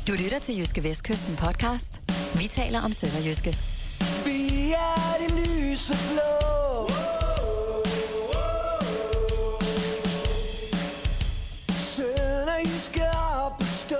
Du lytter til Jyske Vestkysten podcast. Vi taler om sønderjyske. Vi er det lyseblå. Sønderjyske op at stå.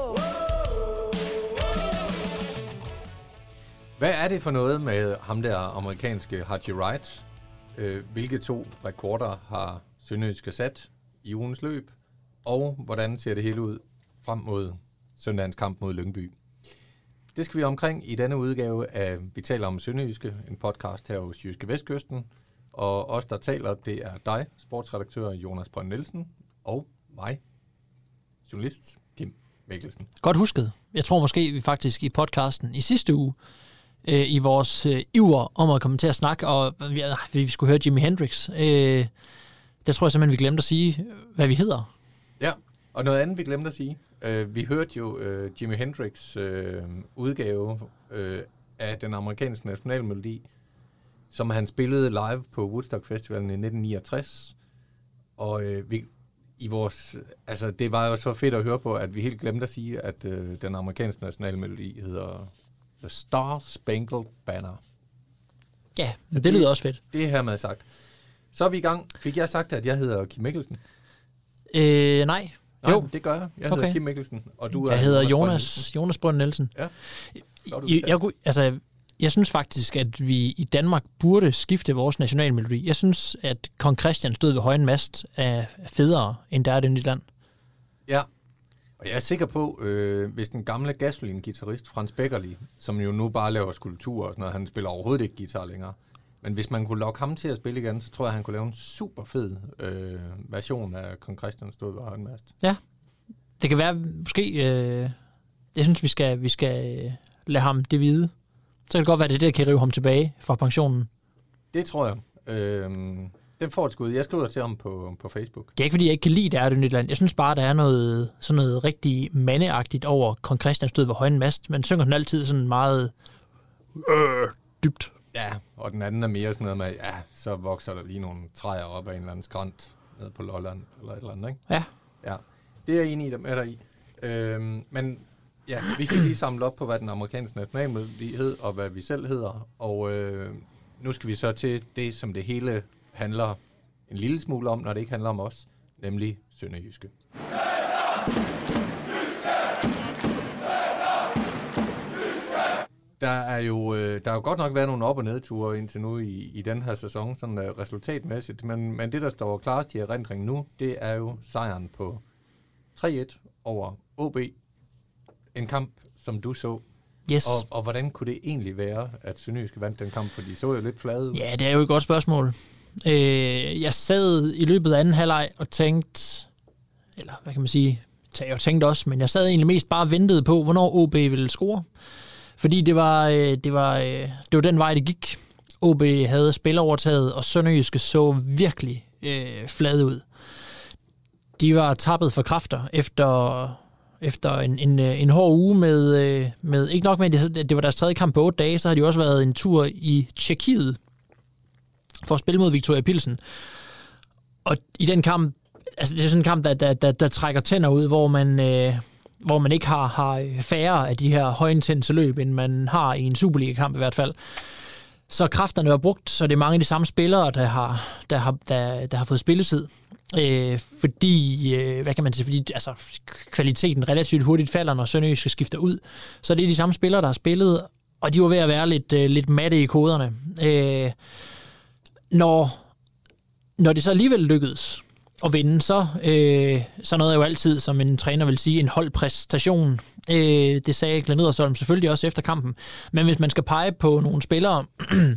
Hvad er det for noget med ham der amerikanske Haji Wright? Hvilke 2 rekorder har sønderjyske sat i ugens løb? Og hvordan ser det hele ud frem mod søndagens kamp mod Lyngby? Det skal vi omkring i denne udgave af Vi taler om sønderjyske, en podcast her hos Jyske Vestkysten. Og os, der taler, det er dig, sportsredaktør Jonas Brønd Nielsen, og mig, journalist Kim Mikkelsen. Godt husket. Jeg tror måske, vi faktisk i podcasten i sidste uge, i vores iver om at komme til at snakke, og vi skulle høre Jimi Hendrix, der tror jeg simpelthen, vi glemte at sige, hvad vi hedder. Ja, og noget andet, vi glemte at sige. Vi hørte jo Jimi Hendrix udgave af den amerikanske nationalmelodi, som han spillede live på Woodstock Festivalen i 1969. Og det var jo så fedt at høre på, at vi helt glemte at sige, at den amerikanske nationalmelodi hedder The Star Spangled Banner. Ja, det lyder også fedt. Det er hermed sagt. Så er vi i gang. Fik jeg sagt, at jeg hedder Kim Mikkelsen? Nej. Jo, det gør jeg. Jeg hedder Kim Mikkelsen, og du jeg hedder Jonas Brønd Nielsen. Ja. Jeg synes faktisk, at vi i Danmark burde skifte vores nationalmelodi. Jeg synes, at Kong Christian stod ved højen mast er federe, end der er den i land. Ja, og jeg er sikker på, hvis den gamle Gasolin-guitarist Frans Beckerli, som jo nu bare laver skulpturer og sådan noget, han spiller overhovedet ikke guitar længere, men hvis man kunne lokke ham til at spille igen, så tror jeg, han kunne lave en super fed version af Kong Christian stod ved højen mast. Ja, det kan være, måske, jeg synes, vi skal lade ham det vide. Så kan det godt være, det der kan rive ham tilbage fra pensionen. Det tror jeg. Den får et skud. Jeg skriver til ham på Facebook. Det er ikke, fordi jeg ikke kan lide, det er det nyt land. Jeg synes bare, der er sådan noget rigtig mandeagtigt over Kong Christian stod ved højen mast. Man synger den altid sådan meget dybt. Ja, og den anden er mere sådan noget med, ja, så vokser der lige nogle træer op af en eller anden skrant ned på Lolland, eller et eller andet, ikke? Ja. Ja, det er jeg enig med dig i. Men ja, vi fik lige samlet op på, hvad den amerikanske nationalmelodi hed, og hvad vi selv hedder. Og nu skal vi så til det, som det hele handler en lille smule om, når det ikke handler om os, nemlig sønderjyske. Der er jo godt nok været nogle op- og nedture indtil nu i den her sæson, sådan resultatmæssigt, men det, der står klarest i erindringen nu, det er jo sejren på 3-1 over OB. En kamp, som du så. Yes. Og hvordan kunne det egentlig være, at Sønderjyske vandt den kamp? For de så jo lidt flade ud. Ja, det er jo et godt spørgsmål. Jeg sad i løbet af anden halvleg og tænkte, eller hvad kan man sige, jeg tænkte også, men jeg sad egentlig mest bare og ventede på, hvornår OB ville score. Fordi det var den vej, det gik. OB havde spilovertaget, og Sønderjyske så virkelig flade ud. De var tappet for kræfter efter en hård uge med ikke nok med, at det var deres tredje kamp på 8 dage, så har de også været en tur i Tjekkiet for at spille mod Viktoria Pilsen. Og i den kamp, altså det er sådan en kamp, der trækker tænder ud, hvor man ikke har færre af de her højintense løb, end man har i en Superliga-kamp i hvert fald. Så kræfterne var brugt, så det er mange af de samme spillere, der har fået spilletid. Fordi, hvad kan man sige, fordi altså, kvaliteten relativt hurtigt falder, når Sønderjyske skifter ud. Så det er de samme spillere, der har spillet, og de var ved at være lidt matte i koderne. Når det så alligevel lykkedes at vinde, så noget er jo altid, som en træner vil sige, en holdpræstation. Det sagde Glenn Edersholm selvfølgelig også efter kampen. Men hvis man skal pege på nogle spillere,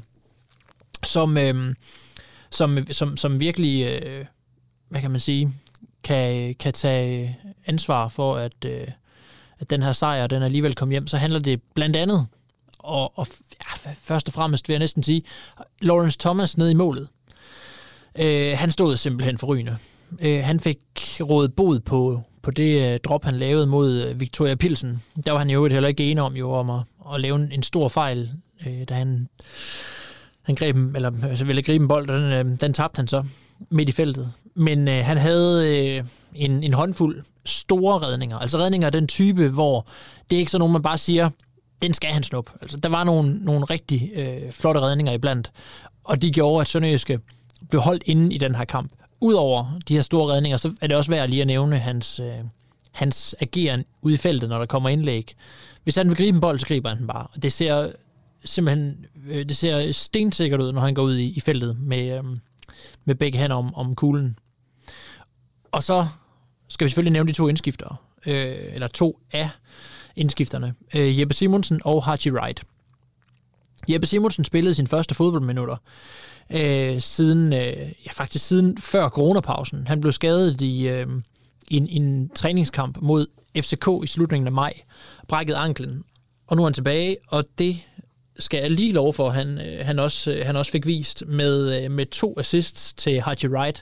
som virkelig, hvad kan man sige, kan tage ansvar for, at den her sejr, den alligevel kom hjem, så handler det blandt andet, og først og fremmest vil jeg næsten sige, Lawrence Thomas nede i målet. Han stod simpelthen forrygende. Han fik rådet bod på det drop, han lavede mod Viktoria Pilsen. Der var han jo heller ikke enig om at lave en stor fejl, da han greb, eller ville gribe en bold, og den tabte han så midt i feltet. Men han havde en håndfuld store redninger. Altså redninger af den type, hvor det er ikke sådan nogen, man bare siger, den skal han snuppe. Altså, der var nogle rigtig flotte redninger iblandt, og de gjorde, at Sønderjyske blev holdt inde i den her kamp. Udover de her store redninger, så er det også værd lige at nævne hans ageren ude i feltet, når der kommer indlæg. Hvis han vil gribe en bold, så griber han den bare. Det ser simpelthen stensikkert ud, når han går ud i feltet med begge hænder om kuglen. Og så skal vi selvfølgelig nævne de to indskiftere, eller to af indskifterne. Jeppe Simonsen og Haji Wright. Jeppe Simonsen spillede sine første fodboldminutter siden før coronapausen. Han blev skadet i en træningskamp mod FCK i slutningen af maj, brækket anklen, og nu er han tilbage, og det skal jeg lige love for, han også fik vist med 2 assists til Haji Wright,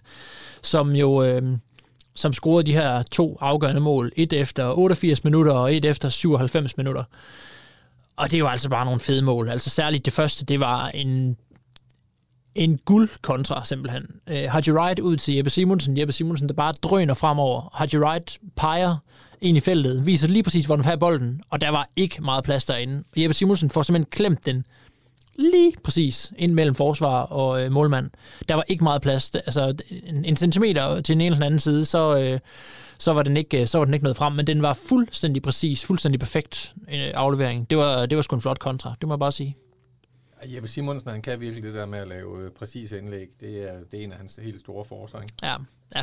som scorede de her 2 afgørende mål, et efter 88 minutter og et efter 97 minutter. Og det var altså bare nogle fede mål. Altså særligt det første, det var en guldkontra simpelthen. Haji Wright ud til Jeppe Simonsen. Jeppe Simonsen, der bare drøner fremover. Haji Wright peger ind i feltet, viser lige præcis, hvor den har bolden, og der var ikke meget plads derinde. Og Jeppe Simonsen får simpelthen klemt den lige præcis ind mellem forsvar og målmand. Der var ikke meget plads. Altså en centimeter til den ene eller den anden side, så var den ikke nået frem, men den var fuldstændig præcis, fuldstændig perfekt aflevering. Det var sgu en flot kontra, det må jeg bare sige. Jeppe Simonsen, han kan virkelig det der med at lave præcise indlæg. Det er en af hans helt store forser, ikke? Ja.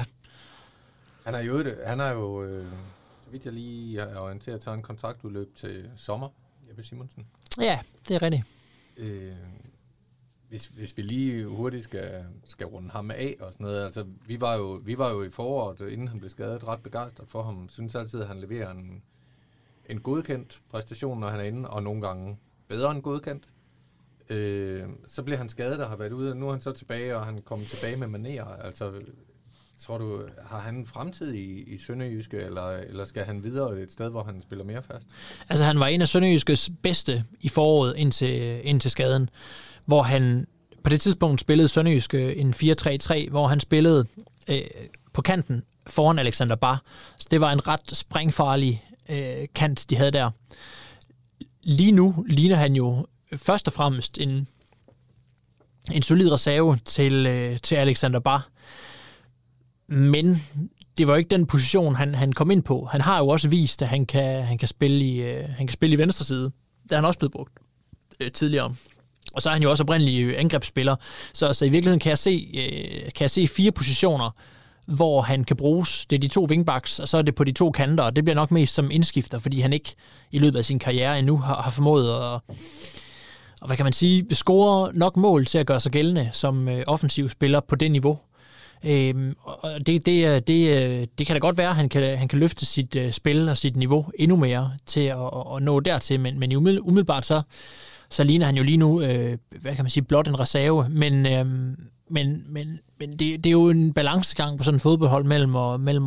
Han har jo så vidt jeg lige har orienteret, taget en kontraktudløb til sommer, Jeppe Simonsen. Ja, det er rigtigt. Hvis vi lige hurtigt skal runde ham af og sådan noget, altså vi var jo i foråret, inden han blev skadet, ret begejstret for ham. Synes altid, at han leverer en godkendt præstation, når han er inde, og nogle gange bedre end godkendt. Så bliver han skadet og har været ude, og nu er han så tilbage, og han kommer tilbage med manér. Altså, tror du, har han en fremtid i Sønderjyske, eller skal han videre et sted, hvor han spiller mere fast? Altså, han var en af Sønderjyskes bedste i foråret indtil skaden, hvor han på det tidspunkt spillede Sønderjyske en 4-3-3, hvor han spillede på kanten foran Alexander Bach. Så det var en ret springfarlig kant, de havde der. Lige nu ligner han jo først og fremmest en solid reserve til Alexander Bach. Men det var ikke den position, han kom ind på. Han har jo også vist, at han kan spille i venstre side. Der er han også blevet brugt tidligere. Og så er han jo også oprindelig angrebsspiller. Så i virkeligheden kan jeg se 4 positioner, hvor han kan bruges. Det er de 2 wingbacks, og så er det på de 2 kanter. Og det bliver nok mest som indskifter, fordi han ikke i løbet af sin karriere endnu har formået og hvad kan man sige, score nok mål til at gøre sig gældende som offensiv spiller på det niveau. Og det kan da godt være, at han kan løfte sit spil og sit niveau endnu mere til at nå dertil, men umiddelbart så ligner han jo lige nu, hvad kan man sige, blot en reserve, men det er jo en balancegang på sådan en fodboldhold mellem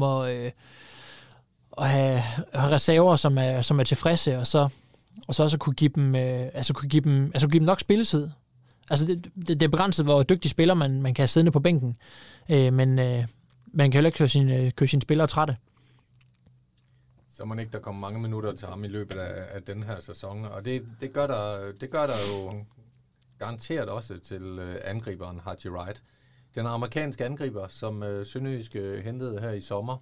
at have reserver, som er tilfredse, og så kunne give dem nok spilletid. Altså det er begrænset, hvor dygtig spiller man kan sidde på bænken, men man kan jo ikke køre sine spillere trætte. Så må ikke der komme mange minutter til ham i løbet af den her sæson, og det gør der jo garanteret også til angriberen Haji Wright. Den amerikanske angriber, som Sønderjyske hentede her i sommer.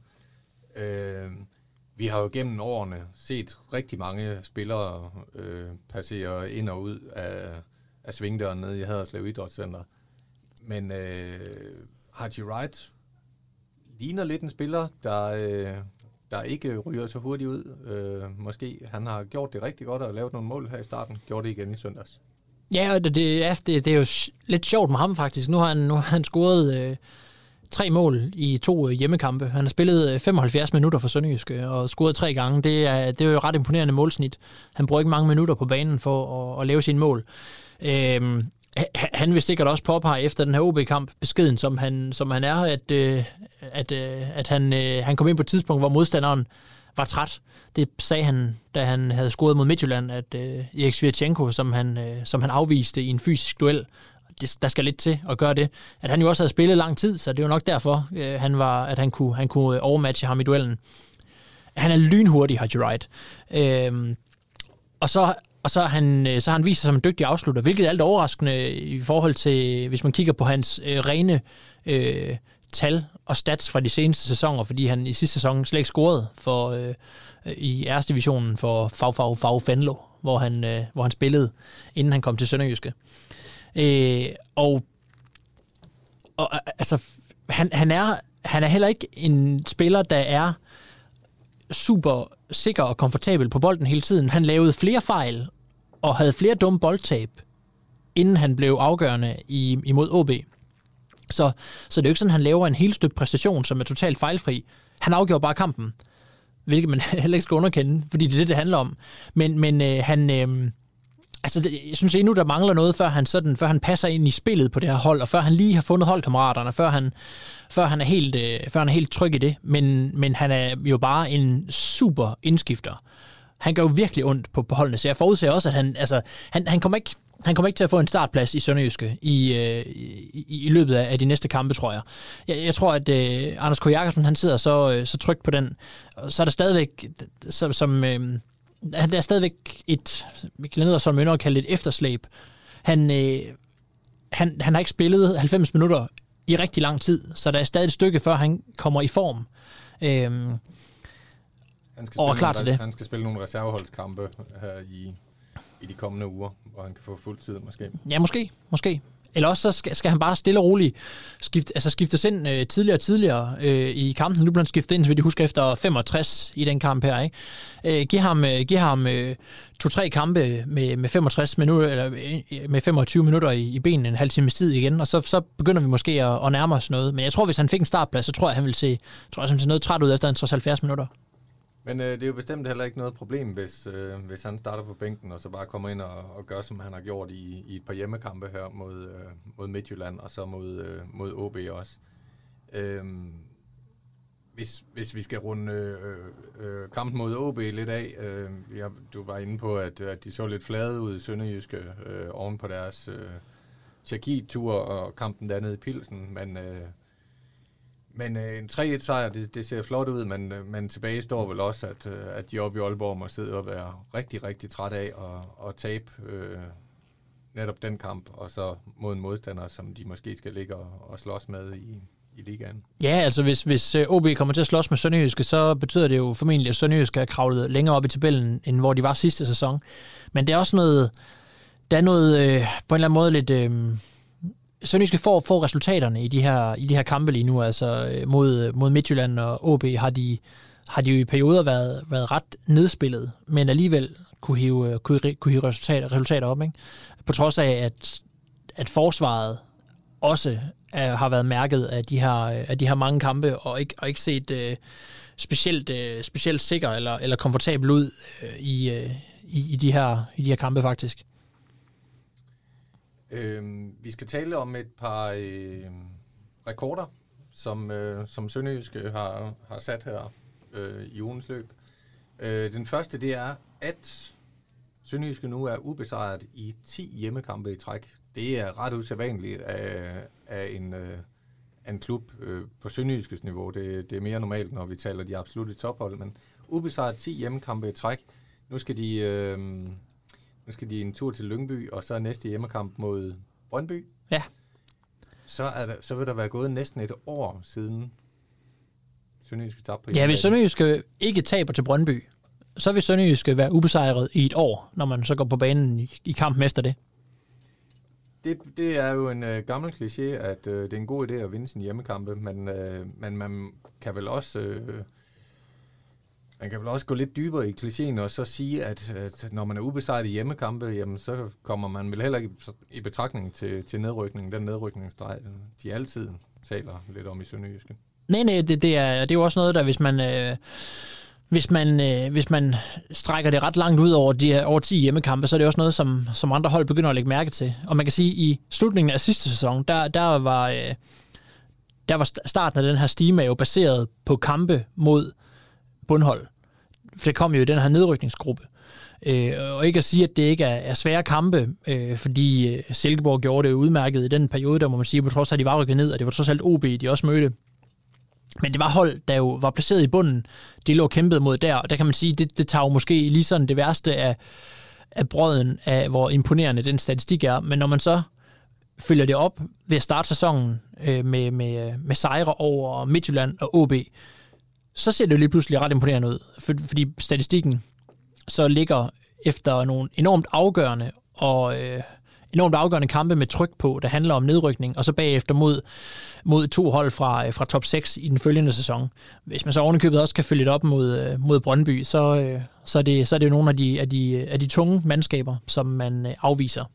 Vi har jo gennem årene set rigtig mange spillere passere ind og ud af svingdøren nede i Haderslev Idrætscenter. Men Haji Wright ligner lidt en spiller, der ikke ryger så hurtigt ud. Måske han har gjort det rigtig godt og lavet nogle mål her i starten. Gjorde det igen i søndags. Ja, og det er jo lidt sjovt med ham faktisk. Nu har han scoret 3 mål i 2 hjemmekampe. Han har spillet 75 minutter for Sønderjyske og scoret 3 gange. Det er jo et ret imponerende målsnit. Han bruger ikke mange minutter på banen for at lave sine mål. Han vil sikkert også påpege efter den her OB-kamp, beskeden som han er, at han kom ind på et tidspunkt, hvor modstanderen var træt. Det sagde han, da han havde scoret mod Midtjylland, at Erik Svirchenko, som han afviste i en fysisk duel, der skal lidt til at gøre det. At han jo også havde spillet lang tid, så det er jo nok derfor, at han kunne overmatche ham i duellen. Han er lynhurtig, Haji Wright. Og så har han vist sig som en dygtig afslutter, hvilket er alt overraskende i forhold til, hvis man kigger på hans rene tal og stats fra de seneste sæsoner, fordi han i sidste sæson slet ikke scorede i æresdivisionen for Fau Fenlo, hvor han spillede, inden han kom til Sønderjyske. Og altså, han er heller ikke en spiller, der er super sikker og komfortabel på bolden hele tiden. Han lavede flere fejl og havde flere dumme boldtab, inden han blev afgørende imod OB. Så det er jo ikke sådan, at han laver en helt støbt præstation, som er totalt fejlfri. Han afgjorde bare kampen, hvilket man heller ikke skal underkende, fordi det er det handler om. Men han... Altså, jeg synes endnu, der mangler noget, før han passer ind i spillet på det her hold, og før han lige har fundet holdkammeraterne, før han er helt tryg i det. Men han er jo bare en super indskifter. Han gør jo virkelig ondt på holdene, så jeg forudser også, at han kommer ikke til at få en startplads i Sønderjyske i løbet af de næste kampe, tror jeg. Jeg tror, at Anders K. Jakobsen, han sidder så trygt på den, så er der stadigvæk, der er stadigvæk vi kan ned og som at kalde det et efterslæb. Han har ikke spillet 90 minutter i rigtig lang tid, så der er stadig et stykke, før han kommer i form. Og er klar til det. Han skal spille nogle reserveholdskampe her i de kommende uger, hvor han kan få fuld tid måske. Ja, måske. Eller også så skal han bare stille og roligt skiftes ind tidligere i kampen. Nu bliver han skiftet ind, så vi husker, efter 65 i den kamp her. Ikke? Giv ham 2-3 kampe med 65 minutter, eller med 25 minutter i benene, en halv times tid igen, og så begynder vi måske at nærme os noget. Men jeg tror, hvis han fik en startplads, så tror jeg, han vil se noget træt ud efter en 70 minutter. Men det er jo bestemt heller ikke noget problem, hvis han starter på bænken, og så bare kommer ind og gør, som han har gjort i et par hjemmekampe her mod Midtjylland, og så mod OB også. Hvis vi skal runde kampen mod OB lidt af, du var inde på, at de så lidt flade ud i Sønderjyske oven på deres Tjekkiet-tur og kampen dernede i Pilsen, men en 3-1-sejr, det ser flot ud, men tilbage står vel også, at de oppe i Aalborg må sidde og være rigtig, rigtig træt af at tabe netop den kamp, og så mod en modstander, som de måske skal ligge og slås med i ligaen. Ja, altså hvis OB kommer til at slås med Sønderjyske, så betyder det jo formentlig, at Sønderjyske er kravlet længere op i tabellen, end hvor de var sidste sæson. Men det er også noget, på en eller anden måde lidt... Sønderjyske får resultaterne i de her kampe lige nu, altså mod Midtjylland og OB har de jo i perioder været ret nedspillet, men alligevel kunne hive resultater op, ikke? På trods af at forsvaret også har været mærket af de her mange kampe og ikke set specielt sikker eller komfortabel ud i de her kampe faktisk. Vi skal tale om et par rekorder, som Sønderjyske har sat her i ugens løb. Den første, det er, at Sønderjyske nu er ubesejret i 10 hjemmekampe i træk. Det er ret usædvanligt af en klub på Sønderjyskes niveau. Det er mere normalt, når vi taler de absolutte tophold, men ubesejret 10 hjemmekampe i træk. Nu skal de en tur til Lyngby, og så næste hjemmekamp mod Brøndby. Ja. Så vil der være gået næsten et år siden Sønderjyske tabte på hjemmebane. Ja, hvis Sønderjyske ikke taber til Brøndby, så vil Sønderjyske være ubesejret i et år, når man så går på banen i kampen efter det. Det er jo en gammel kliché, at det er en god idé at vinde sin hjemmekampe, men man kan vel også... Man kan vel også gå lidt dybere i klichéen og så sige, at når man er ubesejret i hjemmekampe, jamen så kommer man vel heller ikke i betragtning til nedrykningen, den nedrykningsstreg, de altid taler lidt om i Sønderjyske. Nej, det er jo også noget, der hvis man strækker det ret langt ud over 10 hjemmekampe, så er det også noget, som andre hold begynder at lægge mærke til. Og man kan sige, at i slutningen af sidste sæson, der var starten af den her stime jo baseret på kampe mod bundhold. for det kom jo i den her nedrykningsgruppe. Og ikke at sige, at det ikke er svære kampe, fordi Silkeborg gjorde det udmærket i den periode, der må man sige, på trods af, at de var rykket ned, og det var trods alt OB, de også mødte. Men det var hold, der jo var placeret i bunden. De lå kæmpet mod der, og der kan man sige, det tager jo måske lige sådan det værste af brøden af, hvor imponerende den statistik er. Men når man så følger det op ved at starte sæsonen med sejre over Midtjylland og OB, så ser det jo lige pludselig ret imponerende ud. Fordi statistikken så ligger efter nogle enormt afgørende kampe med tryk på, der handler om nedrykning, og så bagefter mod 2 hold fra top 6 i den følgende sæson. Hvis man så ovenikøbet også kan følge det op mod Brøndby, så er det jo nogle af de tunge mandskaber, som man afviser.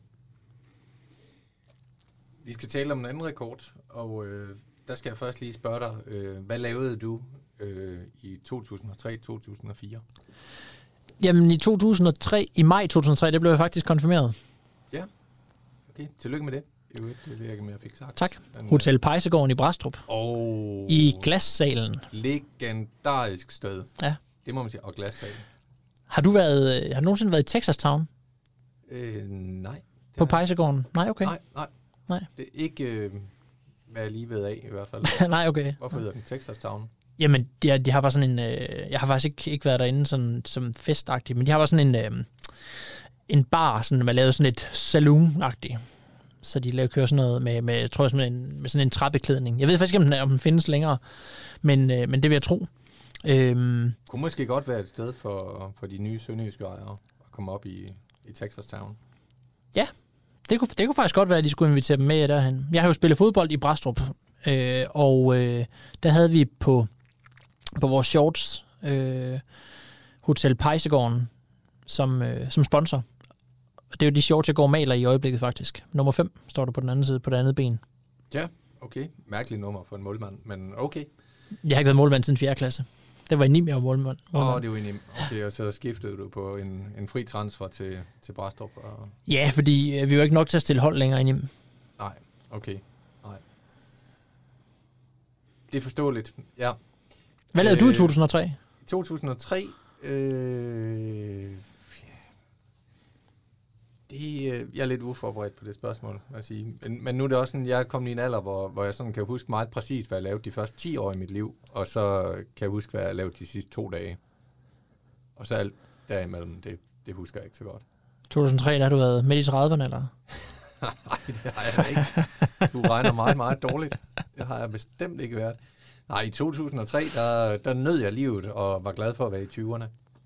Vi skal tale om en anden rekord, og der skal jeg først lige spørge dig, hvad lavede du i 2003-2004? Jamen i maj 2003, der blev jeg faktisk konfirmeret. Ja, okay. Tillykke med det. Det ved jeg ikke, om jeg fik sagt. Tak. Hotel Pejsegården i Brastrup. I Glassalen. Legendarisk sted. Ja. Det må man sige. Og Glassalen. Har du nogensinde været i Texas Town? Nej. På Pejsegården? Nej, okay. Nej. Det er ikke, hvad jeg lige ved af, i hvert fald. Nej, okay. Hvorfor hedder den Texas Town? Jamen, de har bare sådan en... jeg har faktisk ikke været derinde sådan, som festagtig, men de har bare sådan en bar, sådan, man lavede sådan et saloon-agtigt. Så de kører sådan noget med tror jeg, med sådan en trappeklædning. Jeg ved faktisk ikke, om den findes længere, men det vil jeg tro. Kunne måske godt være et sted for de nye sønderjyske ejere at komme op i Texas Town. Ja, det kunne faktisk godt være, at de skulle invitere dem med derhen. Jeg har jo spillet fodbold i Brastrup, og der havde vi på vores shorts Hotel Pejsegården som sponsor. Det er jo de shorts, jeg går og maler i øjeblikket faktisk. Nummer 5 står der på den anden side, på det andet ben. Ja, okay. Mærkeligt nummer for en målmand, men okay. Jeg har ikke været målmand siden 4. klasse. Det var i Nim, jeg var målmand. Det var i Nim. Okay, og så skiftede du på en fri transfer til Brastrup? Ja, fordi vi var ikke nok til at stille hold længere i Nim. Nej, okay. Nej. Det er forståeligt, ja. Hvad lavede du i 2003? I 2003... jeg er lidt uforberedt på det spørgsmål, vil jeg sige. Men nu er det også sådan, jeg er kommet i en alder, hvor jeg sådan kan huske meget præcis, hvad jeg lavede de første 10 år i mit liv, og så kan jeg huske, hvad jeg lavede de sidste 2 dage. Og så alt derimellem, det husker jeg ikke så godt. 2003, der har du været midt i 30'erne, eller? Nej, det har jeg ikke. Du regner meget, meget dårligt. Det har jeg bestemt ikke været. Nej, i 2003, der nød jeg livet og var glad for at være i 20'erne.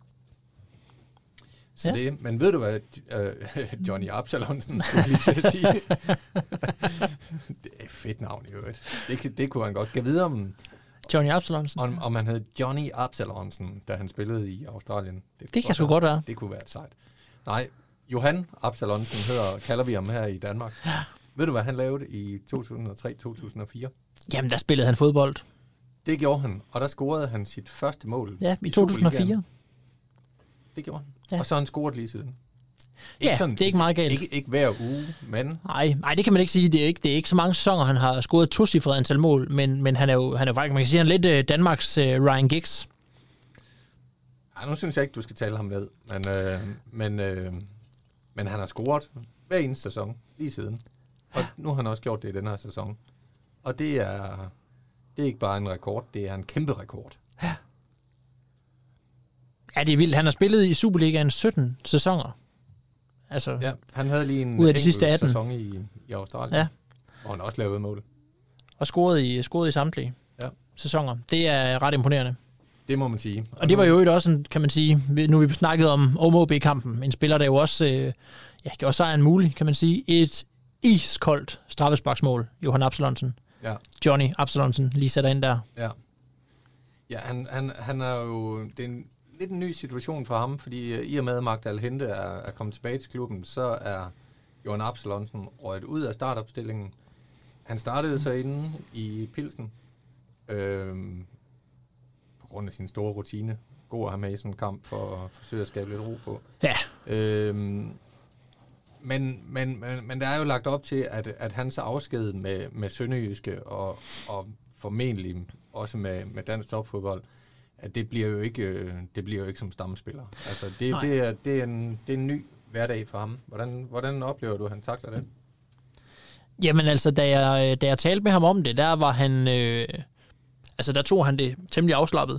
Så ja. Men ved du hvad, Johnny Absalonsen skulle lige til at sige? Det er et fedt navn i øvrigt. Det kunne han godt. Kan vide om Johnny Absalonsen? Om han hed Johnny Absalonsen, da han spillede i Australien. Det kan sgu godt være. Det kunne være et sejt. Nej, Johan Absalonsen kalder vi ham her i Danmark. Ja. Ved du hvad han lavede i 2003-2004? Jamen, der spillede han fodbold. Det gjorde han, og der scorede han sit første mål. Ja, i 2004. Det gjorde han. Ja. Og så har han scoret lige siden. Ja, sådan, det er ikke meget galt. Ikke hver uge, men... Nej, det kan man ikke sige. Det er ikke så mange sæsoner, han har scoret 2-cifret antal mål, men han er jo faktisk, man kan sige, han er lidt Danmarks Ryan Giggs. Ej, nu synes jeg ikke, du skal tale ham ned. Men han har scoret hver eneste sæson lige siden. Og nu har han også gjort det i den her sæson. Og det er ikke bare en rekord, det er en kæmpe rekord. Ja. Ja, det er vildt. Han har spillet i Superligaen 17 sæsoner. Altså, ja, han havde lige en ud af de sidste 18 sæson i Australien, ja. Hvor han også lavede mål. Og scorede i samtlige sæsoner. Det er ret imponerende. Det må man sige. Og det var jo også en, kan man sige, nu vi snakket om OB-kampen, en spiller, der jo også gjorde sejren mulig, kan man sige. Et iskoldt straffesparksmål, Johan Absalonsen. Ja. Johnny Absalonsen lige sætter ind der. Ja. Ja, han er jo... Det er lidt en ny situation for ham, fordi i og med, at Magda Alhente er kommet tilbage til klubben, så er Johan Absalonsen røget ud af startopstillingen. Han startede så inde i Pilsen, på grund af sin store rutine. God at have med i sådan en kamp for at forsøge at skabe lidt ro på. Ja. Men der er jo lagt op til, at hans afsked med Sønderjyske og formentlig også med dansk topfodbold, at det bliver jo ikke som stammespiller. Altså, det er en ny hverdag for ham. Hvordan oplever du, at han takler det? Jamen altså, da jeg talte med ham om det, der var han... der tog han det temmelig afslappet.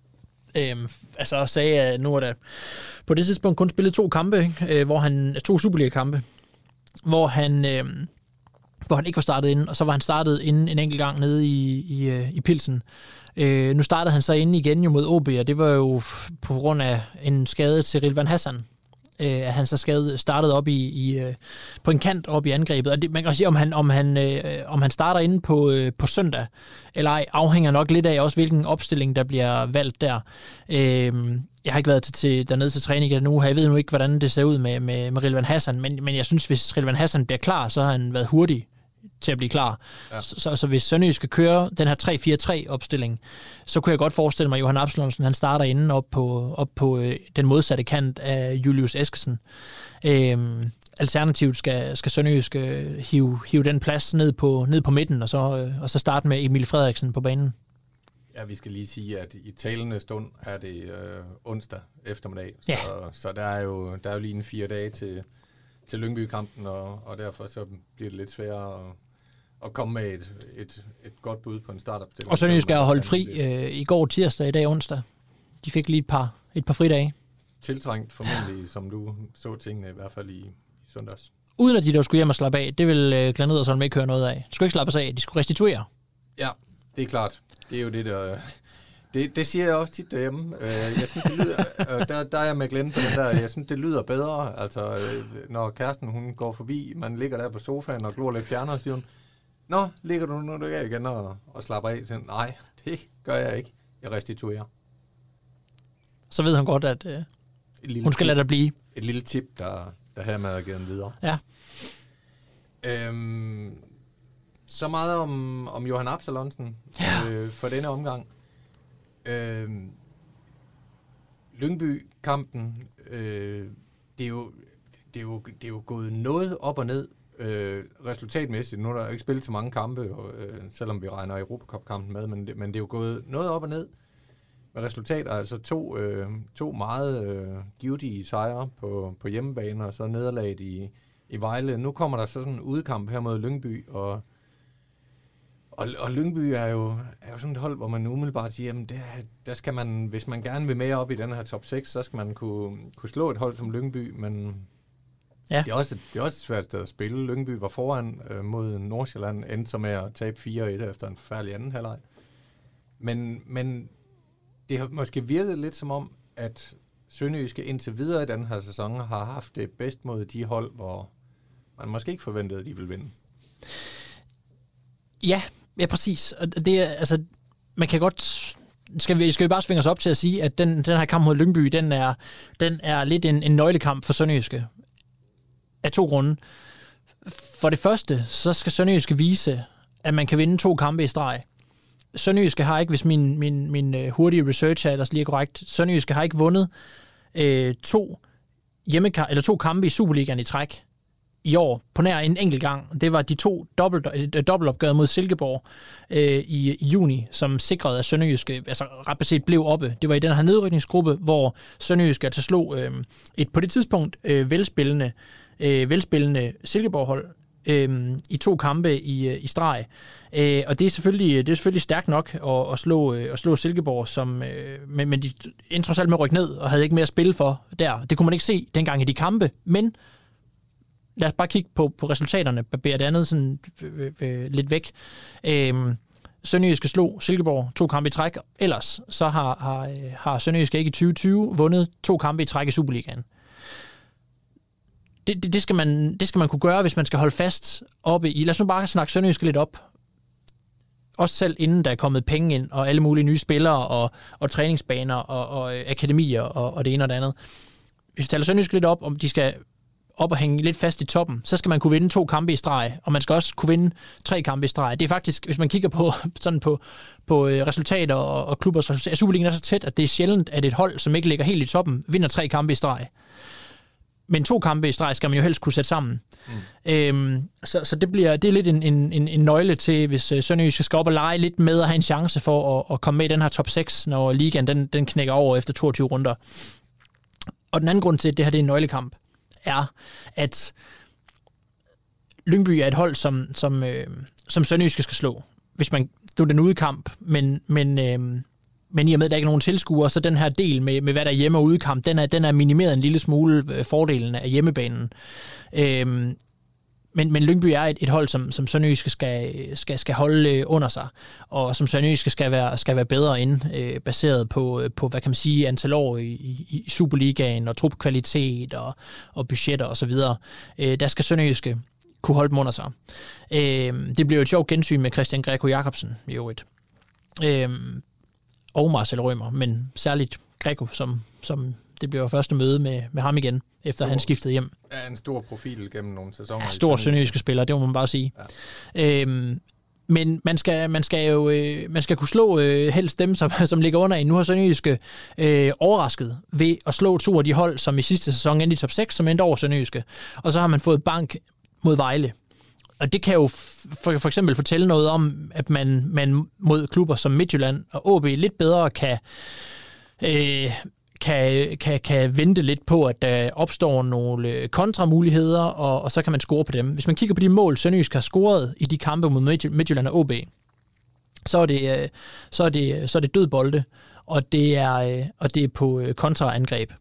Og sagde, at nu er der på det tidspunkt kun spillet 2 kampe, hvor han 2 Superliga-kampe, hvor han ikke var startet inden, og så var han startet inden en enkelt gang nede i Pilsen. Nu startede han så inden igen jo mod OB, og det var jo på grund af en skade til Rilvan Hassan, at han så startede op på en kant op i angrebet. Og det, man kan sige, om han starter inde på søndag, eller ej, afhænger nok lidt af også, hvilken opstilling, der bliver valgt der. Jeg har ikke været dernede til træning endnu, jeg ved nu ikke, hvordan det ser ud med Rilvan Hassan, men jeg synes, hvis Rilvan Hassan bliver klar, så har han været hurtig til at blive klar. Ja. Så hvis Sønderjysk skal køre den her 3-4-3-opstilling, så kunne jeg godt forestille mig, at Johan Absalonsen, han starter inden op på den modsatte kant af Julius Eskesen. Alternativt skal Sønderjysk hive den plads ned på midten, og så starte med Emil Frederiksen på banen. Ja, vi skal lige sige, at i talende stund er det onsdag eftermiddag, så der er jo lige en 4 dage til Lyngby-kampen, og derfor så bliver det lidt sværere at komme med et godt bud på en startopstilling. Og Sønderjysk er holdt fri i går tirsdag, i dag onsdag. De fik lige et par fridage. Tiltrængt formentlig, som du så tingene i hvert fald i søndags. Uden at de der skulle hjem og slappe af, det vil Glenn Ederson ikke høre noget af. De skulle ikke slappe sig af, de skulle restituere. Ja, det er klart. Det er jo det, der... Det siger jeg også tit derhjemme. Jeg synes, det lyder... Der er jeg med Glenn på den der. Jeg synes, det lyder bedre. Altså, når kæresten, hun går forbi, man ligger der på sofaen og glor lidt fjerner, og siger hun, nå, ligger du nu der igen og slapper af? Så, nej, det gør jeg ikke. Jeg restituerer. Så ved hun godt, at hun skal lade dig blive. Et lille tip, der hermed er givet videre. Ja. Så meget om Johan Absalonsen for denne omgang. Lyngby-kampen, det er jo gået noget op og ned resultatmæssigt. Nu er der ikke spillet så mange kampe, selvom vi regner Europacup-kampen med, men det er jo gået noget op og ned med resultater. Altså to meget givtige sejre på hjemmebane, og så nederlaget i Vejle. Nu kommer der så sådan en udkamp her mod Lyngby, og Lyngby er jo sådan et hold, hvor man umiddelbart siger, jamen der skal man, hvis man gerne vil med op i den her top 6, så skal man kunne slå et hold som Lyngby, men det er også et svært sted at spille. Lyngby var foran mod Nordsjælland, endte så med at tabe 4-1 efter en forfærdelig anden halvleg. Men det har måske virket lidt som om, at Sønderjyske indtil videre i den her sæson har haft det bedst mod de hold, hvor man måske ikke forventede, at de ville vinde. Ja, præcis. Og det er, altså, man kan godt... Skal vi bare svinge os op til at sige, at den her kamp mod Lyngby, den er lidt en nøglekamp for Sønderjyske. Af 2 grunde. For det første, så skal Sønderjyske vise, at man kan vinde 2 kampe i streg. Sønderjyske har ikke, hvis min hurtige research er ellers lige korrekt, Sønderjyske har ikke vundet 2 kampe i Superligaen i træk i år, på nær en enkelt gang. Det var de 2 dobbeltopgør mod Silkeborg i juni, som sikrede, at Sønderjyske ret beset blev oppe. Det var i den her nedrykningsgruppe, hvor Sønderjyske altså slog et på det tidspunkt velspillende Silkeborg-hold i 2 kampe i streg. Og det er selvfølgelig stærkt nok at slå Silkeborg, men de endte trods alt med at rykke ned og havde ikke mere at spille for der. Det kunne man ikke se dengang i de kampe, men lad os bare kigge på resultaterne, barbere det andet sådan lidt væk. Sønderjyske slog Silkeborg 2 kampe i træk, ellers så har Sønderjyske ikke i 2020 vundet 2 kampe i træk i Superligaen. Det skal man kunne gøre, hvis man skal holde fast oppe i. Lad os nu bare snakke Sønderjyske lidt op. Også selv inden der er kommet penge ind, og alle mulige nye spillere, og træningsbaner, og akademier, og det ene og det andet. Hvis vi taler Sønderjyske lidt op, om de skal op og hænge lidt fast i toppen, så skal man kunne vinde 2 kampe i streg, og man skal også kunne vinde 3 kampe i streg. Det er faktisk, hvis man kigger på resultater og klubbers resultater, Superligaen er så tæt, at det er sjældent, at et hold, som ikke ligger helt i toppen, vinder 3 kampe i streg. Men 2 kampe i streg skal man jo helst kunne sætte sammen. Så det er lidt en nøgle til, hvis Sønderjyske skal op og lege lidt med og have en chance for at komme med i den her top 6, når ligaen den knækker over efter 22 runder. Og den anden grund til, at det her det er en nøglekamp, er, at Lyngby er et hold, som Sønderjyske skal slå. Hvis man det er den udekamp, men i og med, at der ikke er nogen tilskuere, så den her del med hvad der er hjemme- og udekamp, den er minimeret en lille smule fordelen af hjemmebanen. Men Lyngby er et hold, som Sønderjyske skal holde under sig, og som Sønderjyske skal være bedre ind, baseret på, hvad kan man sige, antal år i Superligaen, og trupkvalitet, og budgetter osv. Der skal Sønderjyske kunne holde dem under sig. Det blev et sjovt gensyn med Christian Greco Jacobsen i øvrigt. Og Marcel Rømer, men særligt Greco, som det blev første møde med ham igen, efter han skiftede hjem. Ja, en stor profil gennem nogle sæsoner. Ja, stor sønderjyske spiller, det må man bare sige. Ja. Men man skal kunne slå helst dem, som ligger under en. Nu har Sønderjyske overrasket ved at slå 2 af de hold, som i sidste sæson endte i top 6, som endte over Sønderjyske. Og så har man fået bank mod Vejle. Og det kan jo for eksempel fortælle noget om, at man mod klubber som Midtjylland og AaB lidt bedre kan vente lidt på, at der opstår nogle kontramuligheder, og så kan man score på dem. Hvis man kigger på de mål, Sønderjysk har scoret i de kampe mod Midtjylland og AaB, så er det død bolde, og det er på kontraangreb.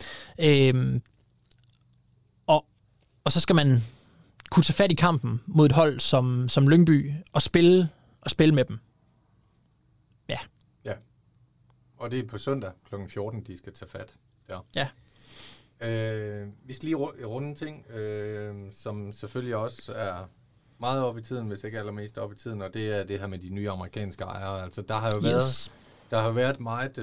Og så skal man kunne tage fat i kampen mod et hold som Lyngby og spille med dem. Ja. Ja. Og det er på søndag kl. 14, de skal tage fat. Ja. Vi skal lige runde ting, som selvfølgelig også er meget op i tiden, hvis ikke allermest op i tiden, og det er det her med de nye amerikanske ejere. Altså, der har jo været meget,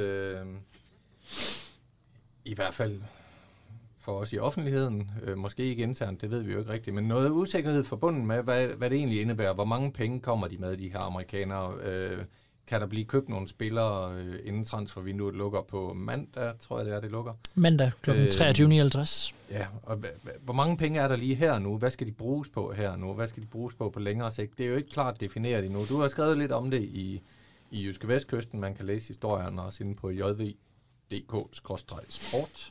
i hvert fald for os i offentligheden, måske ikke internt, det ved vi jo ikke rigtigt, men noget usikkerhed forbundet med, hvad det egentlig indebærer. Hvor mange penge kommer de med, de her amerikanere? Kan der blive købt nogle spillere, inden transfervinduet lukker på mandag, tror jeg det lukker? Mandag kl. 23.59. Ja, og hvor mange penge er der lige her nu? Hvad skal de bruges på her nu? Hvad skal de bruges på længere sigt? Det er jo ikke klart defineret endnu. Du har skrevet lidt om det i Jyske Vestkysten. Man kan læse historierne også inde på jv.dk/sport.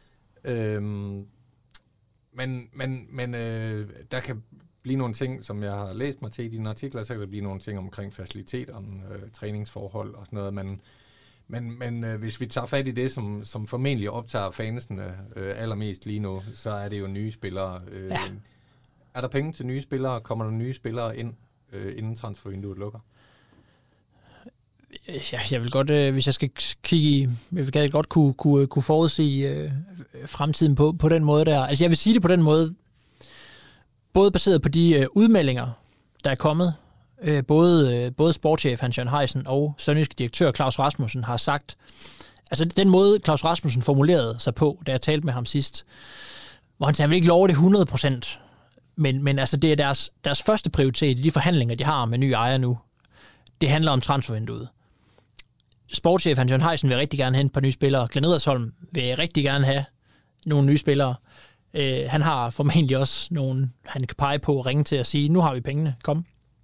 Men der kan blive nogle ting, som jeg har læst mig til i dine artikler, så kan der blive nogle ting omkring faciliteterne, træningsforhold og sådan noget, men hvis vi tager fat i det, som formentlig optager fansene allermest lige nu, så er det jo nye spillere. Ja. Er der penge til nye spillere? Kommer der nye spillere ind, inden transfervinduet lukker? Ja, jeg vil godt, hvis jeg skal kigge i, jeg vil godt kunne forudsige fremtiden på den måde der. Altså jeg vil sige det på den måde, både baseret på de udmeldinger, der er kommet, både sportschef Hans-Jørgen Heisen og sønderjyske direktør Claus Rasmussen har sagt, altså den måde Claus Rasmussen formulerede sig på, da jeg talte med ham sidst, hvor han sagde, han vil ikke love det 100%, men altså det er deres første prioritet i de forhandlinger, de har med nye ejere nu. Det handler om transfervinduet. Sportschef Hans-Jørgen Heisen vil rigtig gerne hente et par nye spillere. Glenn Edersholm vil rigtig gerne have nogle nye spillere. Han har formentlig også nogen, han kan pege på og ringe til at sige, nu har vi pengene, kom.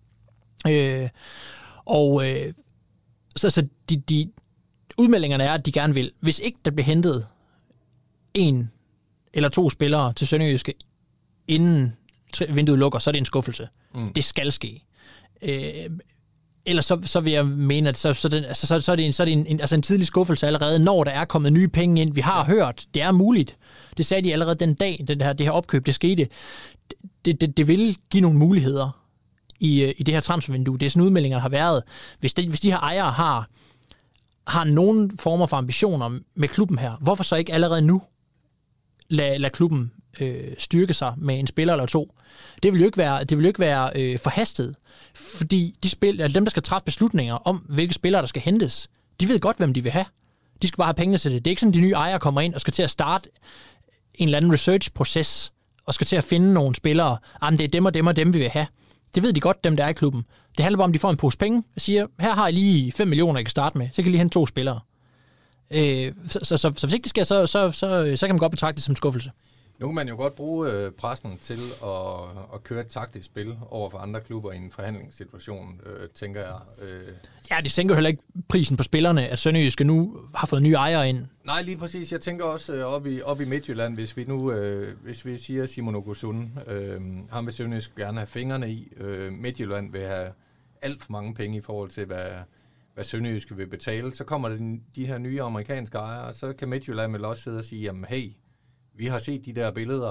Så de udmeldingerne er, at de gerne vil. Hvis ikke der bliver hentet 1 eller 2 spillere til Sønderjyske, inden vinduet lukker, så er det en skuffelse. Det skal ske. Ellers så vil jeg mene, at så er det en tidlig skuffelse allerede, når der er kommet nye penge ind. Vi har hørt, det er muligt. Det sagde de allerede den dag, det her opkøb, det skete. Det vil give nogle muligheder i det her transfervindue. Det er sådan udmeldingerne har været. Hvis de her ejere har nogen former for ambitioner med klubben her, hvorfor så ikke allerede nu lade klubben styrke sig med en spiller eller 2? Det vil jo ikke være forhastet, fordi dem, der skal træffe beslutninger om, hvilke spillere, der skal hentes, de ved godt, hvem de vil have. De skal bare have pengene til det. Det er ikke sådan, at de nye ejere kommer ind og skal til at starte en eller anden research-proces, og skal til at finde nogle spillere. Det er dem og dem og dem, vi vil have. Det ved de godt, dem der er i klubben. Det handler bare om, at de får en pose penge og siger, her har I lige 5 millioner, I kan starte med. Så kan I lige hente 2 spillere. Så hvis ikke det sker, så kan man godt betragte det som en skuffelse. Nu kan man jo godt bruge pressen til at køre et taktisk spil over for andre klubber i en forhandlingssituation, tænker jeg. Ja, det sænker heller ikke prisen på spillerne, at Sønderjyske nu har fået nye ejere ind. Nej, lige præcis. Jeg tænker også op i Midtjylland, hvis vi siger Simon Ogusun, ham vil Sønderjyske gerne have fingrene i. Midtjylland vil have alt for mange penge i forhold til, hvad Sønderjyske vil betale. Så kommer de her nye amerikanske ejere, og så kan Midtjylland vel også sidde og sige, jamen hey, vi har set de der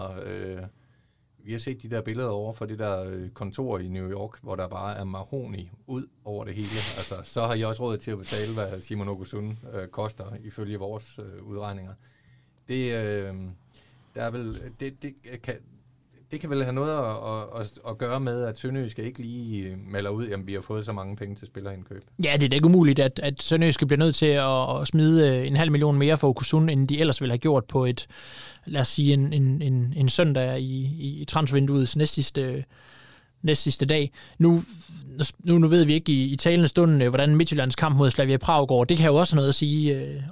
billeder, over for det der kontor i New York, hvor der bare er mahogni ud over det hele. Altså, så har I også råd til at betale, hvad Simon Ogusun koster, ifølge vores udregninger. Det kan vel have noget at gøre med, at Sønderjyske ikke lige melder ud, at vi har fået så mange penge til spillerindkøb. Ja, det er da ikke umuligt, at Sønderjyske bliver nødt til at smide 500.000 mere for Ogusun, end de ellers ville have gjort på et, lad os sige, en søndag i transfervinduets næstsidste dag. Nu ved vi ikke i talende stund, hvordan Midtjyllands kamp mod Slavia Prag går. Det kan jo også noget at sige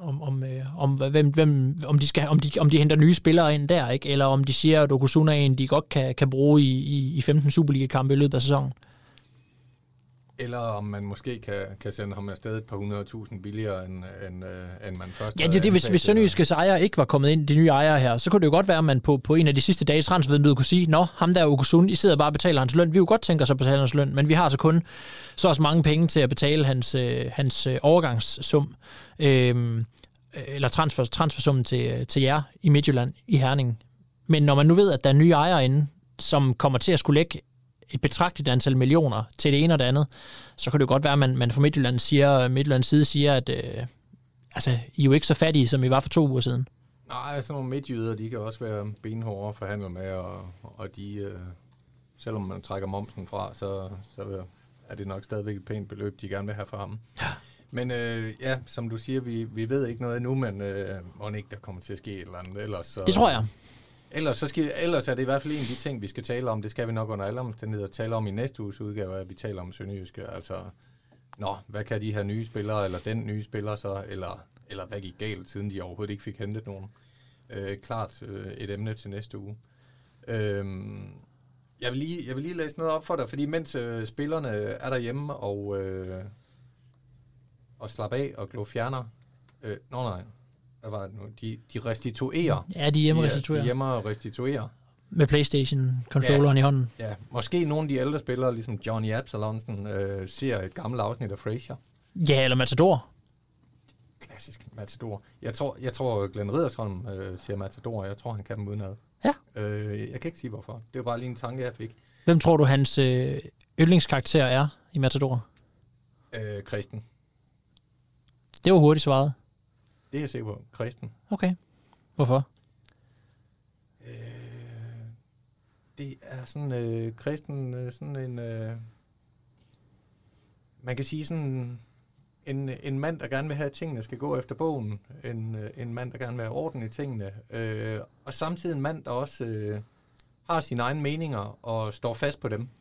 om de henter nye spillere ind der, ikke? Eller om de siger, at Ogusun er en, de godt kan bruge i 15 Superliga-kampe i løbet af sæsonen. Eller om man måske kan sende ham afsted et par 100.000 billigere, end man først... Ja, det er det. Hvis Sønderjyskes ejere ikke var kommet ind, de nye ejere her, så kunne det jo godt være, at man på en af de sidste dages transfervindue kunne sige, nå, ham der Ogusun, I sidder bare og betaler hans løn. Vi jo godt tænker os at betale hans løn, men vi har så kun så også mange penge til at betale hans overgangssum, eller transfersummen til jer i Midtjylland, i Herning. Men når man nu ved, at der er nye ejere inde, som kommer til at skulle lægge et betragteligt antal millioner til det ene og det andet, så kan det jo godt være, at man fra Midtjyllands side siger, at I er jo ikke så fattige, som I var for 2 uger siden. Nej, sådan nogle midtjyder, de kan også være benhårde at forhandle med, og de, selvom man trækker momsen fra, så er det nok stadigvæk et pænt beløb, de gerne vil have fra ham. Ja. Men som du siger, vi ved ikke noget endnu, men må ikke der kommer til at ske et eller andet. Ellers, så, det tror jeg. Ellers er det i hvert fald en af de ting, vi skal tale om. Det skal vi nok under alle omstændigheder tale om i næste uges udgave, at vi taler om Sønderjyske. Altså, hvad kan de her nye spillere, eller den nye spiller så, eller hvad gik galt, siden de overhovedet ikke fik hentet nogen. Klart et emne til næste uge. Jeg vil lige læse noget op for dig, fordi mens spillerne er derhjemme og slapper af og glor fjerner... nej. Hvad var det nu? De restituerer. Ja, de hjemme restituerer. Med PlayStation-controlleren i hånden. Ja, måske nogle af de ældre spillere, ligesom Johnny Absalonsen, ser et gammelt afsnit af Frasier. Ja, eller Matador. Klassisk Matador. Jeg tror Glenn Riddersholm ser Matador, jeg tror, han kan dem udenad. Ja. Jeg kan ikke sige, hvorfor. Det var bare lige en tanke, jeg fik. Hvem tror du, hans yndlingskarakter er i Matador? Kristen. Det var hurtigt svaret. Det er jeg sikker på. Kristen. Okay. Hvorfor? Det er sådan kristen, sådan en... man kan sige sådan en mand, der gerne vil have, at tingene skal gå efter bogen. En mand, der gerne vil have orden i tingene. Og samtidig en mand, der også har sine egne meninger og står fast på dem.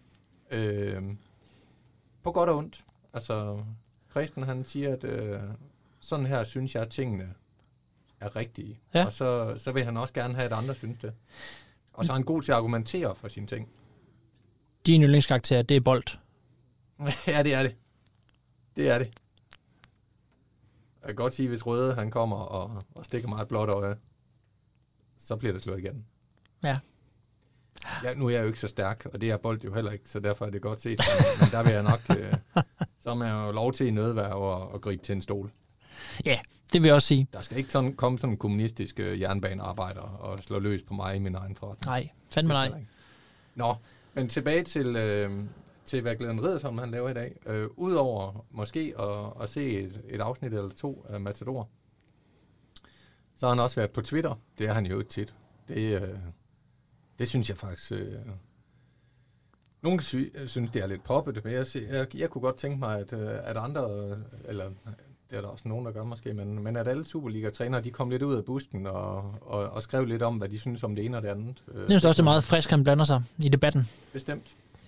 På godt og ondt. Altså, Kristen, han siger, at... sådan her synes jeg, at tingene er rigtige. Ja. Og så vil han også gerne have, at andre synes det. Og så er han god til at argumentere for sine ting. Din yndlingskarakter, det er Bolt. Ja, det er det. Det er det. Jeg kan godt sige, hvis Røde han kommer og stikker mig et blåt øje, så bliver det slået igen. Ja. Ja, nu er jeg jo ikke så stærk, og det er Bolt jo heller ikke, så derfor er det godt set. Men der vil jeg nok, så har man jo lov til i nødværv og gribe til en stol. Ja, det vil jeg også sige. Der skal ikke komme sådan en kommunistisk jernbanearbejder og slå løs på mig i min egen forretning. Nej, fandme nej. Nå, men tilbage til hvad Glenn Riddersholm han laver i dag. Udover måske at se et afsnit eller 2 af Matador, så har han også været på Twitter. Det er han jo tit. Det synes jeg faktisk... Nogle synes, det er lidt poppet, men jeg kunne godt tænke mig, at andre... eller det er der også nogen, der gør måske, men at alle Superliga-trænere, de kom lidt ud af busken og skrev lidt om, hvad de synes om det ene og det andet. Jeg synes også, det er meget frisk, han blander sig i debatten. Bestemt.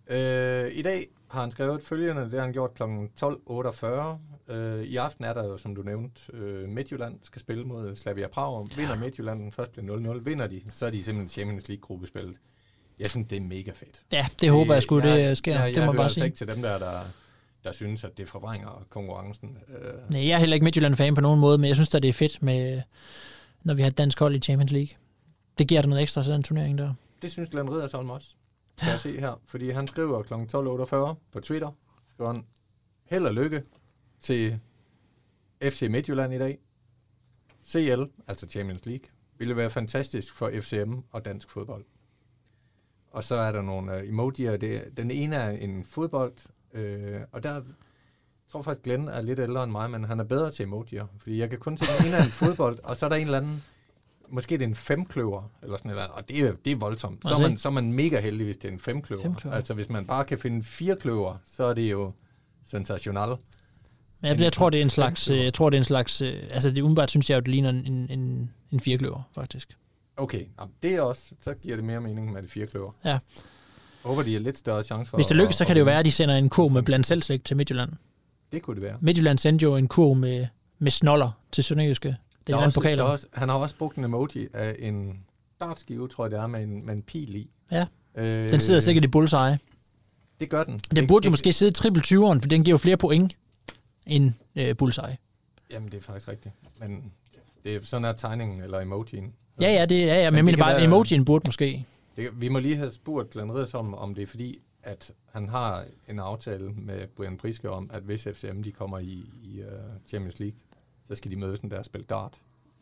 I dag har han skrevet følgende, det har han gjort kl. 12.48. I aften er der jo, som du nævnte, Midtjylland skal spille mod Slavia Prag. Vinder Midtjylland, den først bliver 0-0. Vinder de, så er de simpelthen Champions League-gruppespillet. Jeg synes, det er mega fedt. Ja, det håber jeg sgu, det sker. Det må jeg bare sige. Jeg ikke til dem, der synes, at det forvrænger konkurrencen. Nej, jeg er heller ikke Midtjylland-fan på nogen måde, men jeg synes, at det er fedt, med, når vi har et dansk hold i Champions League. Det giver der noget ekstra til den turnering der. Det synes Glenn Riddersholm også. Kan jeg se her. Fordi han skriver kl. 12.48 på Twitter. Skriver han, held og lykke til FC Midtjylland i dag. CL, altså Champions League, ville være fantastisk for FCM og dansk fodbold. Og så er der nogle emojier. Den ene er en fodbold, og der tror faktisk, Glenn er lidt ældre end mig, men han er bedre til emojier. Fordi jeg kan kun se, den ene er en fodbold, og så er der en eller anden, måske det er en femkløver, eller sådan noget, og det er voldsomt. Så er man mega heldig, hvis det er en femkløver. Altså hvis man bare kan finde 4 kløver, så er det jo sensationelt. Men jeg tror, det er en slags, altså det umiddelbart synes jeg, at det ligner en 4-kløver, faktisk. Okay, det er også, så giver det mere mening med de 4 kløver. Ja. Jeg håber, de har lidt større chance for. Hvis det lykkes, så kan det jo være, at de sender en kurv med blandt selvslægt til Midtjylland. Det kunne det være. Midtjylland sendte jo en kurv med snoller til Sønderjyske. Han har også brugt en emoji af en dartskive, tror jeg det er, med en pil i. Ja, den sidder sikkert i bullseye. Det gør den. Den burde jo måske sidde triple 20'eren, for den giver jo flere point end bullseye. Jamen, det er faktisk rigtigt. Men det er sådan er tegningen, eller emojien. Ja, men jeg mener bare, at emojien burde måske. Vi må lige have spurgt Glenn Riddersholm, om det er fordi, at han har en aftale med Brian Priske om, at hvis FCM de kommer i Champions League, så skal de mødes der og spille dart.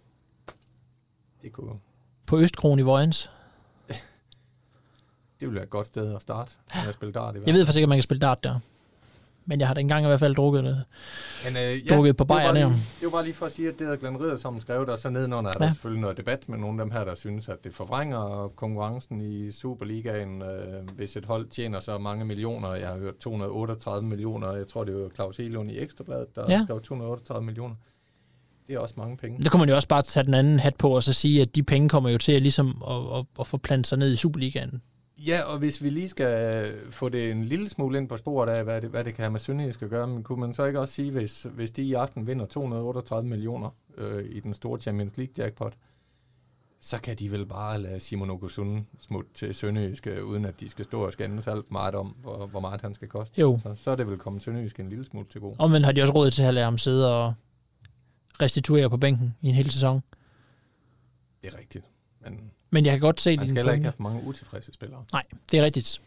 Det kunne... På Østkron i Vojens. Det ville være et godt sted at starte med at spille dart. Jeg ved for sikkert, at man kan spille dart der. Men jeg har da engang i hvert fald drukket på bajerne. Det var bare lige for at sige, at det havde Glenn Riddersholm skrevet, og så nedenunder er der selvfølgelig noget debat med nogle af dem her, der synes, at det forvrænger konkurrencen i Superligaen, hvis et hold tjener så mange millioner. Jeg har hørt 238 millioner. Jeg tror, det var Claus Elund i Ekstrabladet, der skrev 238 millioner. Det er også mange penge. Der kunne man jo også bare tage den anden hat på, og så sige, at de penge kommer jo til at, ligesom at forplante sig ned i Superligaen. Ja, og hvis vi lige skal få det en lille smule ind på sporet af, hvad det kan have med Sønderjysk at gøre, men kunne man så ikke også sige, hvis de i aften vinder 238 millioner i den store Champions League jackpot, så kan de vel bare lade Simon Ogusun smutte til Sønderjysk, uden at de skal stå og skændes alt meget om, hvor meget han skal koste. Jo. Så er det vel kommet Sønderjysk en lille smule til gode. Og men har de også råd til at lade ham sidde og restituere på bænken i en hel sæson? Det er rigtigt, men jeg kan godt se... Man skal heller ikke have for mange utilfredse spillere. Nej, det er rigtigt.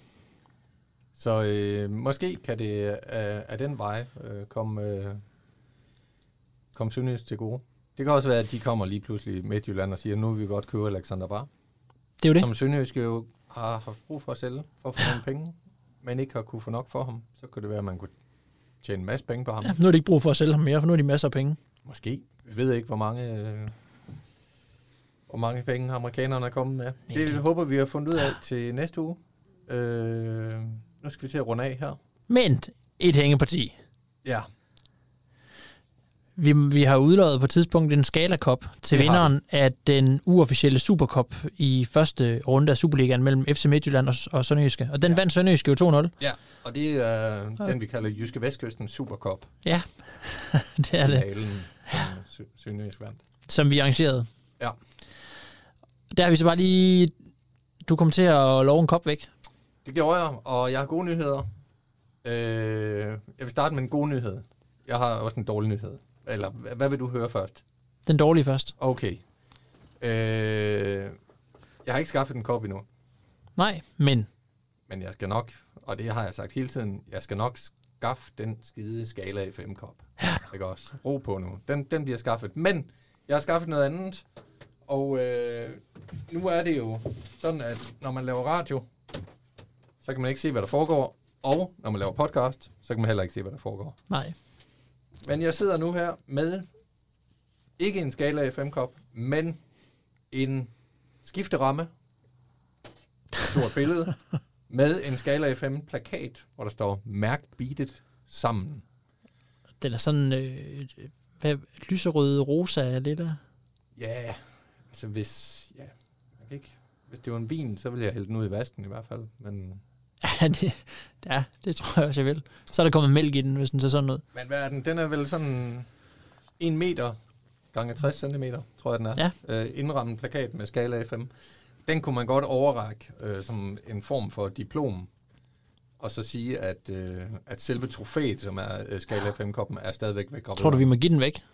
Så måske kan det af den vej komme Sønderjysk til gode. Det kan også være, at de kommer lige pludselig Midtjylland og siger, nu vil vi godt købe Alexander Bar. Det er jo det. Som Sønderjysk jo har haft brug for at sælge, for at få nogle penge, men ikke har kunne få nok for ham. Så kunne det være, at man kunne tjene en masse penge på ham. Ja, nu er det ikke brug for at sælge ham mere, for nu er de masser af penge. Måske. Vi ved ikke, hvor mange penge amerikanerne er kommet med. Det håber vi har fundet ud af til næste uge. Nu skal vi til at runde af her. Men et hængeparti. Ja. Vi har udløjet på et tidspunkt en Scala Cup til vinderen af den uofficielle Supercup i første runde af Superligaen mellem FC Midtjylland og Sønderjyske. Og den vandt Sønderjyske jo 2-0. Ja, og det er den, vi kalder Jyske Vestkysten Supercup. Ja, det er det. Finalen, som Sønderjysk vandt. Som vi arrangerede. Ja. Der har vi så bare lige... Du kom til at love en kop væk. Det gjorde jeg, og jeg har gode nyheder. Jeg vil starte med en god nyhed. Jeg har også en dårlig nyhed. Eller, hvad vil du høre først? Den dårlige først. Okay. Jeg har ikke skaffet en kop endnu. Nej, men jeg skal nok, og det har jeg sagt hele tiden, jeg skal nok skaffe den skide Scala FM-kop. Ja. Ikke også? Ro på nu. Den bliver skaffet. Men jeg har skaffet noget andet, og nu er det jo sådan, at når man laver radio, så kan man ikke se, hvad der foregår. Og når man laver podcast, så kan man heller ikke se, hvad der foregår. Nej. Men jeg sidder nu her med, ikke en Scala FM-kop, men en skifteramme, stort billede, med en Scala FM-plakat, hvor der står, mærk beatet sammen. Den er sådan lyserød rosa lidt der. Ja, altså hvis det var en vin, så ville jeg hælde den ud i vasken i hvert fald. Men Det tror jeg også, jeg vil. Så er der kommet mælk i den, hvis den ser sådan ud. Men hvad er den? Den er vel sådan 1 meter gange 60 cm, tror jeg den er. Ja. Indrammet plakat med skala FM. Den kunne man godt overrække som en form for diplom, og så sige, at selve trofæet, som er skala FM-koppen, er stadigvæk væk. Tror du, vi må give den væk?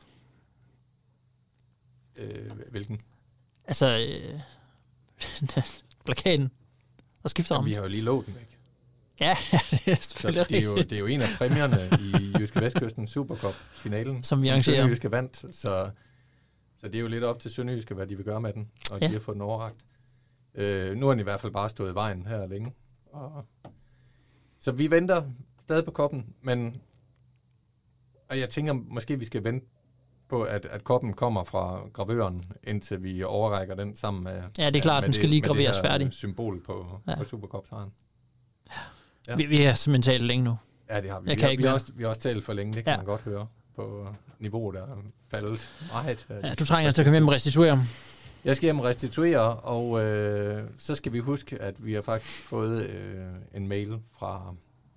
Hvilken? Altså, plakaten. Og skifter om. Vi har jo lige lovet den væk. Ja, det er selvfølgelig det er jo en af præmierne i Jyske Vestkysten Supercup-finalen, som vi arrangerer. Sønderjyske vandt, så det er jo lidt op til Sønderjyske, hvad de vil gøre med den, og de har fået den overrakt. Nu har den i hvert fald bare stået i vejen her længe. Så vi venter stadig på koppen, og jeg tænker, måske vi skal vente på, at koppen kommer fra gravøren, indtil vi overrækker den sammen med... Ja, det er klart, den skal lige graveres færdig. Symbol på Supercup-sejren. Ja. Vi er simpelthen talt længe nu. Ja, det har vi. Vi har også talt for længe, det kan man godt høre på niveauet, der er faldet meget. Ja, du trænger til at komme hjem og restituere. Jeg skal hjem og restituere, og så skal vi huske, at vi har faktisk fået en mail fra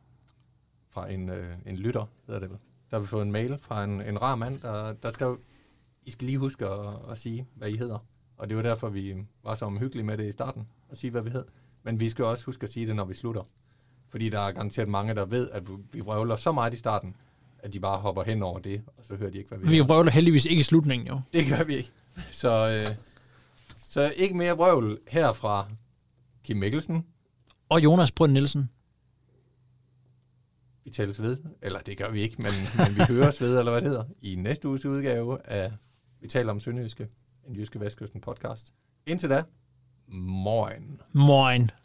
en lytter, hedder det vel. Der har vi fået en mail fra en rar mand, der skrev, I skal lige huske at sige, hvad I hedder. Og det var derfor, vi var så omhyggelige med det i starten, at sige, hvad vi hed. Men vi skal også huske at sige det, når vi slutter. Fordi der er garanteret mange, der ved, at vi vrøvler så meget i starten, at de bare hopper hen over det, og så hører de ikke, hvad vi hedder. Vi vrøvler heldigvis ikke i slutningen, jo. Det gør vi ikke. Så ikke mere vrøvl her fra Kim Mikkelsen. Og Jonas Brønd Nielsen. Vi tales ved, eller det gør vi ikke, men vi høres ved, eller hvad det hedder, i næste uges udgave af Vi taler om Sønderjyske, en Jyske Vestkysten podcast. Indtil da, moin. Moin.